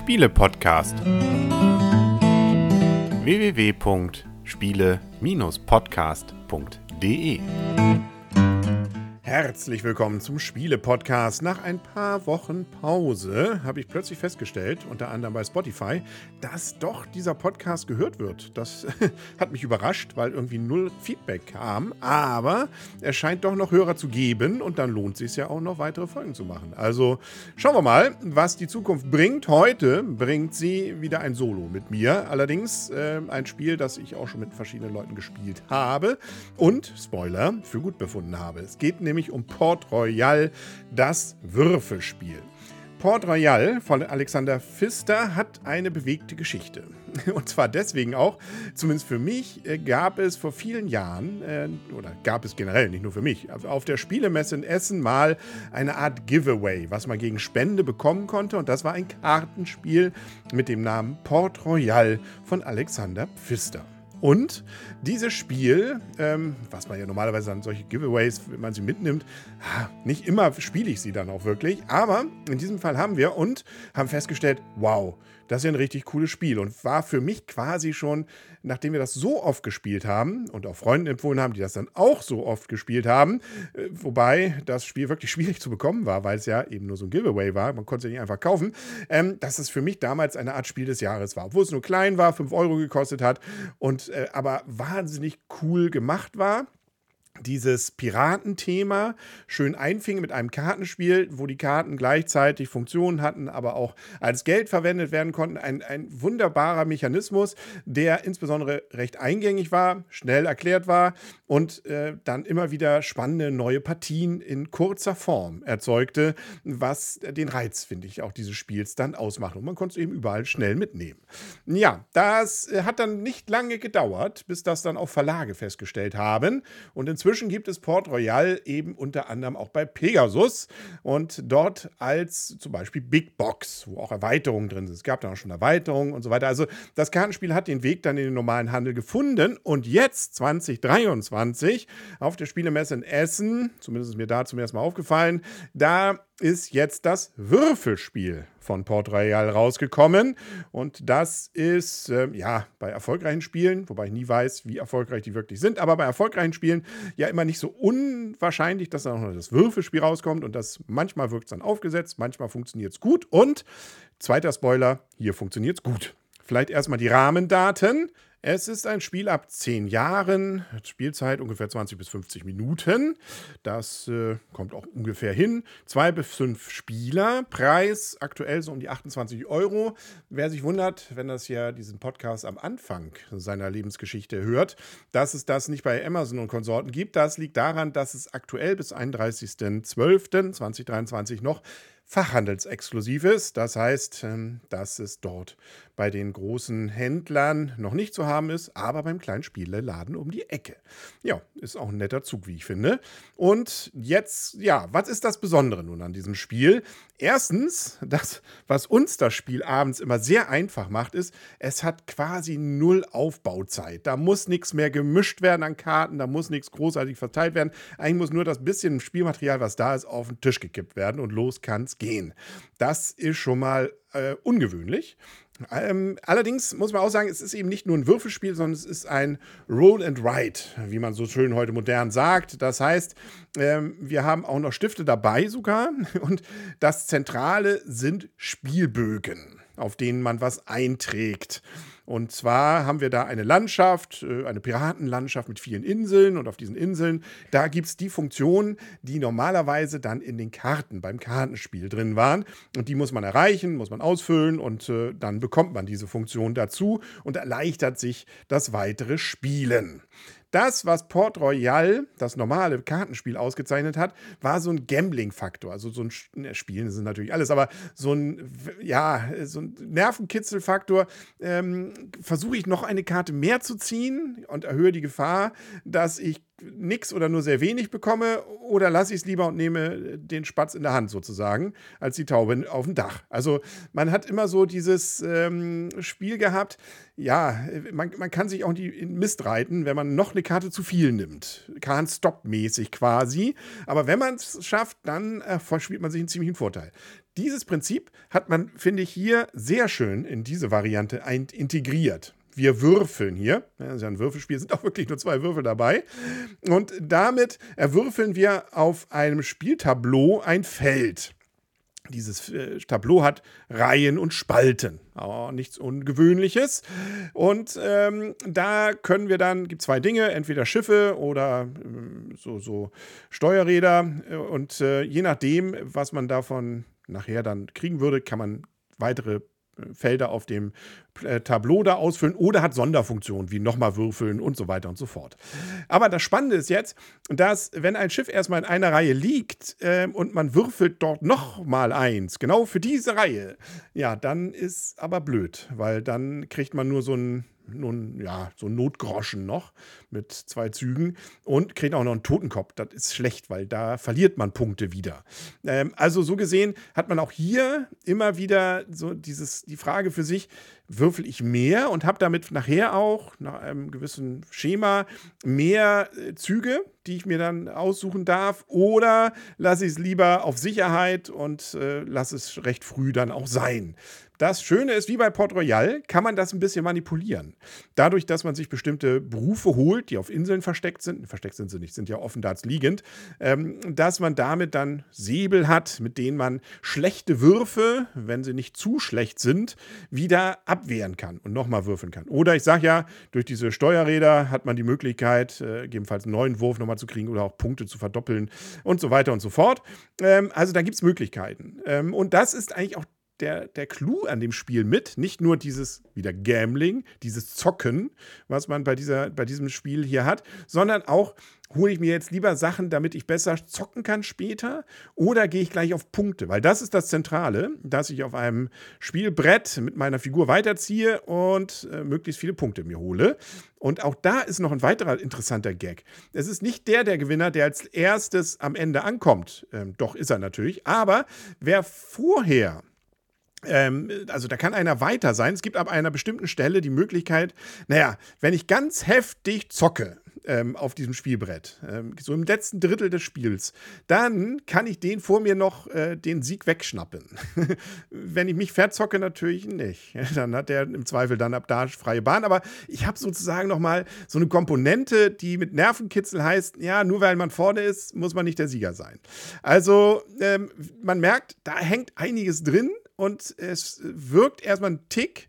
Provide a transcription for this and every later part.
Spiele-Podcast. www.spiele-podcast.de. Herzlich willkommen zum Spiele-Podcast. Nach ein paar Wochen Pause habe ich plötzlich festgestellt, unter anderem bei Spotify, dass doch dieser Podcast gehört wird. Das hat mich überrascht, weil irgendwie null Feedback kam. Aber es scheint doch noch Hörer zu geben und dann lohnt es sich ja auch noch weitere Folgen zu machen. Also schauen wir mal, was die Zukunft bringt. Heute bringt sie wieder ein Solo mit mir. Allerdings ein Spiel, das ich auch schon mit verschiedenen Leuten gespielt habe und, Spoiler, für gut befunden habe. Es geht nämlich um Port Royal, das Würfelspiel. Port Royal von Alexander Pfister hat eine bewegte Geschichte. Und zwar deswegen auch, zumindest für mich, gab es vor vielen Jahren, oder gab es generell, nicht nur für mich, auf der Spielemesse in Essen mal eine Art Giveaway, was man gegen Spende bekommen konnte. Und das war ein Kartenspiel mit dem Namen Port Royal von Alexander Pfister. Und dieses Spiel, was man ja normalerweise an solche Giveaways, wenn man sie mitnimmt, nicht immer spiele ich sie dann auch wirklich, aber in diesem Fall haben festgestellt, wow, das ist ja ein richtig cooles Spiel und war für mich quasi schon, nachdem wir das so oft gespielt haben und auch Freunden empfohlen haben, die das dann auch so oft gespielt haben, wobei das Spiel wirklich schwierig zu bekommen war, weil es ja eben nur so ein Giveaway war, man konnte es ja nicht einfach kaufen, dass es für mich damals eine Art Spiel des Jahres war, obwohl es nur klein war, 5 Euro gekostet hat und aber wahnsinnig cool gemacht war. Dieses Piratenthema schön einfing mit einem Kartenspiel, wo die Karten gleichzeitig Funktionen hatten, aber auch als Geld verwendet werden konnten. Ein wunderbarer Mechanismus, der insbesondere recht eingängig war, schnell erklärt war und dann immer wieder spannende neue Partien in kurzer Form erzeugte, was den Reiz, finde ich, auch dieses Spiels dann ausmacht. Und man konnte es eben überall schnell mitnehmen. Ja, das hat dann nicht lange gedauert, bis das dann auch Verlage festgestellt haben. Und inzwischen gibt es Port Royal eben unter anderem auch bei Pegasus und dort als zum Beispiel Big Box, wo auch Erweiterungen drin sind. Es gab dann auch schon Erweiterungen und so weiter. Also das Kartenspiel hat den Weg dann in den normalen Handel gefunden und jetzt 2023 auf der Spielemesse in Essen, zumindest ist mir da zum ersten Mal aufgefallen, da ist jetzt das Würfelspiel von Port Royal rausgekommen. Und das ist, bei erfolgreichen Spielen, wobei ich nie weiß, wie erfolgreich die wirklich sind, aber bei erfolgreichen Spielen ja immer nicht so unwahrscheinlich, dass dann auch noch das Würfelspiel rauskommt. Und das manchmal wirkt es dann aufgesetzt, manchmal funktioniert es gut. Und, zweiter Spoiler, hier funktioniert es gut. Vielleicht erstmal die Rahmendaten. Es ist ein Spiel ab 10 Jahren, Spielzeit ungefähr 20 bis 50 Minuten. Das kommt auch ungefähr hin. 2 bis 5 Spieler, Preis aktuell so um die 28 Euro. Wer sich wundert, wenn das ja diesen Podcast am Anfang seiner Lebensgeschichte hört, dass es das nicht bei Amazon und Konsorten gibt, das liegt daran, dass es aktuell bis 31.12.2023 noch fachhandelsexklusiv ist. Das heißt, dass es dort bei den großen Händlern noch nicht zu haben ist, aber beim kleinen Spieleladen um die Ecke. Ja, ist auch ein netter Zug, wie ich finde. Und jetzt, ja, was ist das Besondere nun an diesem Spiel? Erstens, das, was uns das Spiel abends immer sehr einfach macht, ist, es hat quasi 0 Aufbauzeit. Da muss nichts mehr gemischt werden an Karten, da muss nichts großartig verteilt werden. Eigentlich muss nur das bisschen Spielmaterial, was da ist, auf den Tisch gekippt werden und los kann's gehen. Das ist schon mal ungewöhnlich. Allerdings muss man auch sagen, es ist eben nicht nur ein Würfelspiel, sondern es ist ein Roll and Write, wie man so schön heute modern sagt. Das heißt, wir haben auch noch Stifte dabei sogar und das Zentrale sind Spielbögen, auf denen man was einträgt. Und zwar haben wir da eine Landschaft, eine Piratenlandschaft mit vielen Inseln und auf diesen Inseln, da gibt es die Funktionen, die normalerweise dann in den Karten beim Kartenspiel drin waren. Und die muss man erreichen, muss man ausfüllen und dann bekommt man diese Funktion dazu und erleichtert sich das weitere Spielen. Das, was Port Royal, das normale Kartenspiel, ausgezeichnet hat, war so ein Gambling-Faktor. Also so ein Spielen sind natürlich alles, aber so ein Nervenkitzelfaktor. Versuche ich noch eine Karte mehr zu ziehen und erhöhe die Gefahr, dass ich nichts oder nur sehr wenig bekomme, oder lasse ich es lieber und nehme den Spatz in der Hand sozusagen, als die Taube auf dem Dach. Also man hat immer so dieses Spiel gehabt, ja, man kann sich auch in Mist reiten, wenn man noch eine Karte zu viel nimmt. Can't-Stop-mäßig quasi. Aber wenn man es schafft, dann verspielt man sich einen ziemlichen Vorteil. Dieses Prinzip hat man, finde ich, hier sehr schön in diese Variante integriert. Wir würfeln hier. Ja, das ist ja ein Würfelspiel, sind auch wirklich nur 2 Würfel dabei. Und damit erwürfeln wir auf einem Spieltableau ein Feld. Dieses Tableau hat Reihen und Spalten. Oh, nichts Ungewöhnliches. Und da können wir dann, gibt 2 Dinge, entweder Schiffe oder so Steuerräder. Und je nachdem, was man davon nachher dann kriegen würde, kann man weitere Felder auf dem Tableau da ausfüllen oder hat Sonderfunktionen wie nochmal würfeln und so weiter und so fort. Aber das Spannende ist jetzt, dass wenn ein Schiff erstmal in einer Reihe liegt und man würfelt dort nochmal eins, genau für diese Reihe, ja, dann ist aber blöd, weil dann kriegt man nur so ein Notgroschen noch mit 2 Zügen und kriegt auch noch einen Totenkopf. Das ist schlecht, weil da verliert man Punkte wieder. Also so gesehen hat man auch hier immer wieder so die Frage für sich, würfel ich mehr und habe damit nachher auch nach einem gewissen Schema mehr Züge, die ich mir dann aussuchen darf, oder lasse ich es lieber auf Sicherheit und lasse es recht früh dann auch sein. Das Schöne ist, wie bei Port Royal, kann man das ein bisschen manipulieren. Dadurch, dass man sich bestimmte Berufe holt, die auf Inseln versteckt sind sie nicht, sind ja offen da liegend, dass man damit dann Säbel hat, mit denen man schlechte Würfe, wenn sie nicht zu schlecht sind, wieder abwehren kann und nochmal würfeln kann. Oder ich sage ja, durch diese Steuerräder hat man die Möglichkeit, gegebenenfalls einen neuen Wurf nochmal zu kriegen oder auch Punkte zu verdoppeln und so weiter und so fort. Also da gibt es Möglichkeiten. Und das ist eigentlich auch der Clou an dem Spiel mit, nicht nur dieses wieder Gambling, dieses Zocken, was man bei diesem Spiel hier hat, sondern auch, hole ich mir jetzt lieber Sachen, damit ich besser zocken kann später, oder gehe ich gleich auf Punkte? Weil das ist das Zentrale, dass ich auf einem Spielbrett mit meiner Figur weiterziehe und möglichst viele Punkte mir hole. Und auch da ist noch ein weiterer interessanter Gag. Es ist nicht der Gewinner, der als erstes am Ende ankommt. Doch ist er natürlich. Aber wer vorher also da kann einer weiter sein. Es gibt ab einer bestimmten Stelle die Möglichkeit, naja, wenn ich ganz heftig zocke auf diesem Spielbrett, so im letzten Drittel des Spiels, dann kann ich den vor mir noch den Sieg wegschnappen. Wenn ich mich verzocke, natürlich nicht. Dann hat der im Zweifel dann ab da freie Bahn. Aber ich habe sozusagen nochmal so eine Komponente, die mit Nervenkitzel heißt, ja, nur weil man vorne ist, muss man nicht der Sieger sein. Also man merkt, da hängt einiges drin. Und es wirkt erstmal ein Tick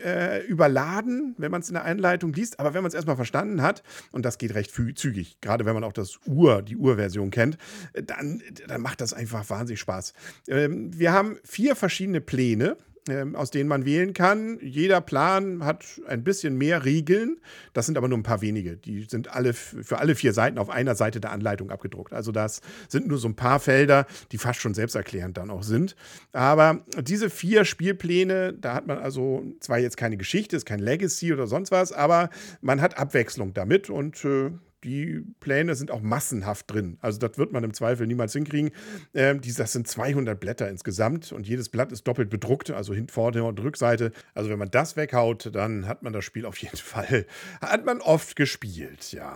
überladen, wenn man es in der Einleitung liest. Aber wenn man es erstmal verstanden hat, und das geht recht zügig, gerade wenn man auch die Urversion kennt, dann macht das einfach wahnsinnig Spaß. Wir haben 4 verschiedene Pläne, aus denen man wählen kann. Jeder Plan hat ein bisschen mehr Regeln. Das sind aber nur ein paar wenige. Die sind alle für alle 4 Seiten auf einer Seite der Anleitung abgedruckt. Also das sind nur so ein paar Felder, die fast schon selbsterklärend dann auch sind. Aber diese 4 Spielpläne, da hat man also zwar jetzt keine Geschichte, ist kein Legacy oder sonst was, aber man hat Abwechslung damit und die Pläne sind auch massenhaft drin. Also das wird man im Zweifel niemals hinkriegen. Das sind 200 Blätter insgesamt und jedes Blatt ist doppelt bedruckt, also Vorder- und Rückseite. Also wenn man das weghaut, dann hat man das Spiel auf jeden Fall, hat man oft gespielt, ja.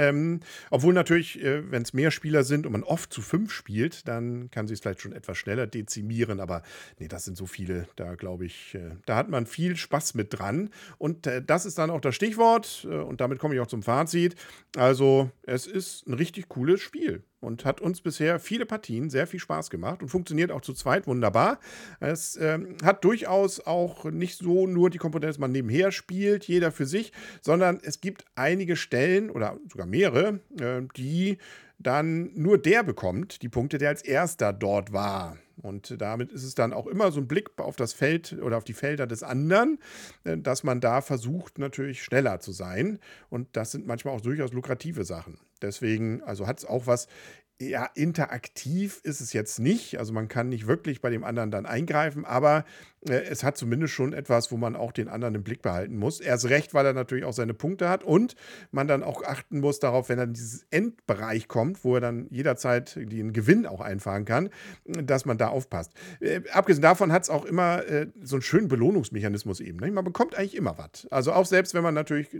Obwohl natürlich, wenn es mehr Spieler sind und man oft zu 5 spielt, dann kann sich es vielleicht schon etwas schneller dezimieren. Aber nee, das sind so viele, da glaube ich, da hat man viel Spaß mit dran. Und das ist dann auch das Stichwort. Und damit komme ich auch zum Fazit. Also es ist ein richtig cooles Spiel und hat uns bisher viele Partien sehr viel Spaß gemacht und funktioniert auch zu zweit wunderbar. Es hat durchaus auch nicht so nur die Komponente, dass man nebenher spielt, jeder für sich, sondern es gibt einige Stellen oder sogar mehrere, die dann nur der bekommt, die Punkte, der als erster dort war. Und damit ist es dann auch immer so ein Blick auf das Feld oder auf die Felder des anderen, dass man da versucht, natürlich schneller zu sein. Und das sind manchmal auch durchaus lukrative Sachen. Deswegen, also hat es auch was, ja, interaktiv ist es jetzt nicht. Also man kann nicht wirklich bei dem anderen dann eingreifen, aber es hat zumindest schon etwas, wo man auch den anderen im Blick behalten muss. Erst recht, weil er natürlich auch seine Punkte hat und man dann auch achten muss darauf, wenn er in dieses Endbereich kommt, wo er dann jederzeit den Gewinn auch einfahren kann, dass man da aufpasst. Abgesehen davon hat es auch immer so einen schönen Belohnungsmechanismus eben. Ne? Man bekommt eigentlich immer was. Also auch selbst wenn man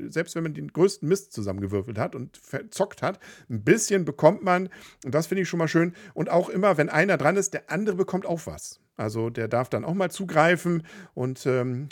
den größten Mist zusammengewürfelt hat und verzockt hat, ein bisschen bekommt man. Und das finde ich schon mal schön. Und auch immer, wenn einer dran ist, der andere bekommt auch was. Also der darf dann auch mal zugreifen und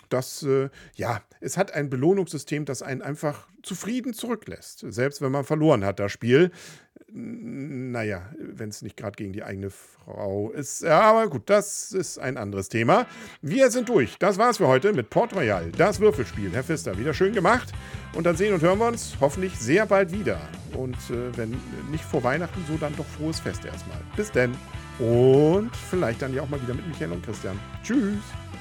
es hat ein Belohnungssystem, das einen einfach zufrieden zurücklässt. Selbst wenn man verloren hat, das Spiel. Naja, wenn es nicht gerade gegen die eigene Frau ist. Ja, aber gut, das ist ein anderes Thema. Wir sind durch. Das war's für heute mit Port Royal, das Würfelspiel. Herr Pfister, wieder schön gemacht. Und dann sehen und hören wir uns hoffentlich sehr bald wieder. Und wenn nicht vor Weihnachten, so dann doch frohes Fest erstmal. Bis denn. Und vielleicht dann ja auch mal wieder mit Michael und Christian. Tschüss.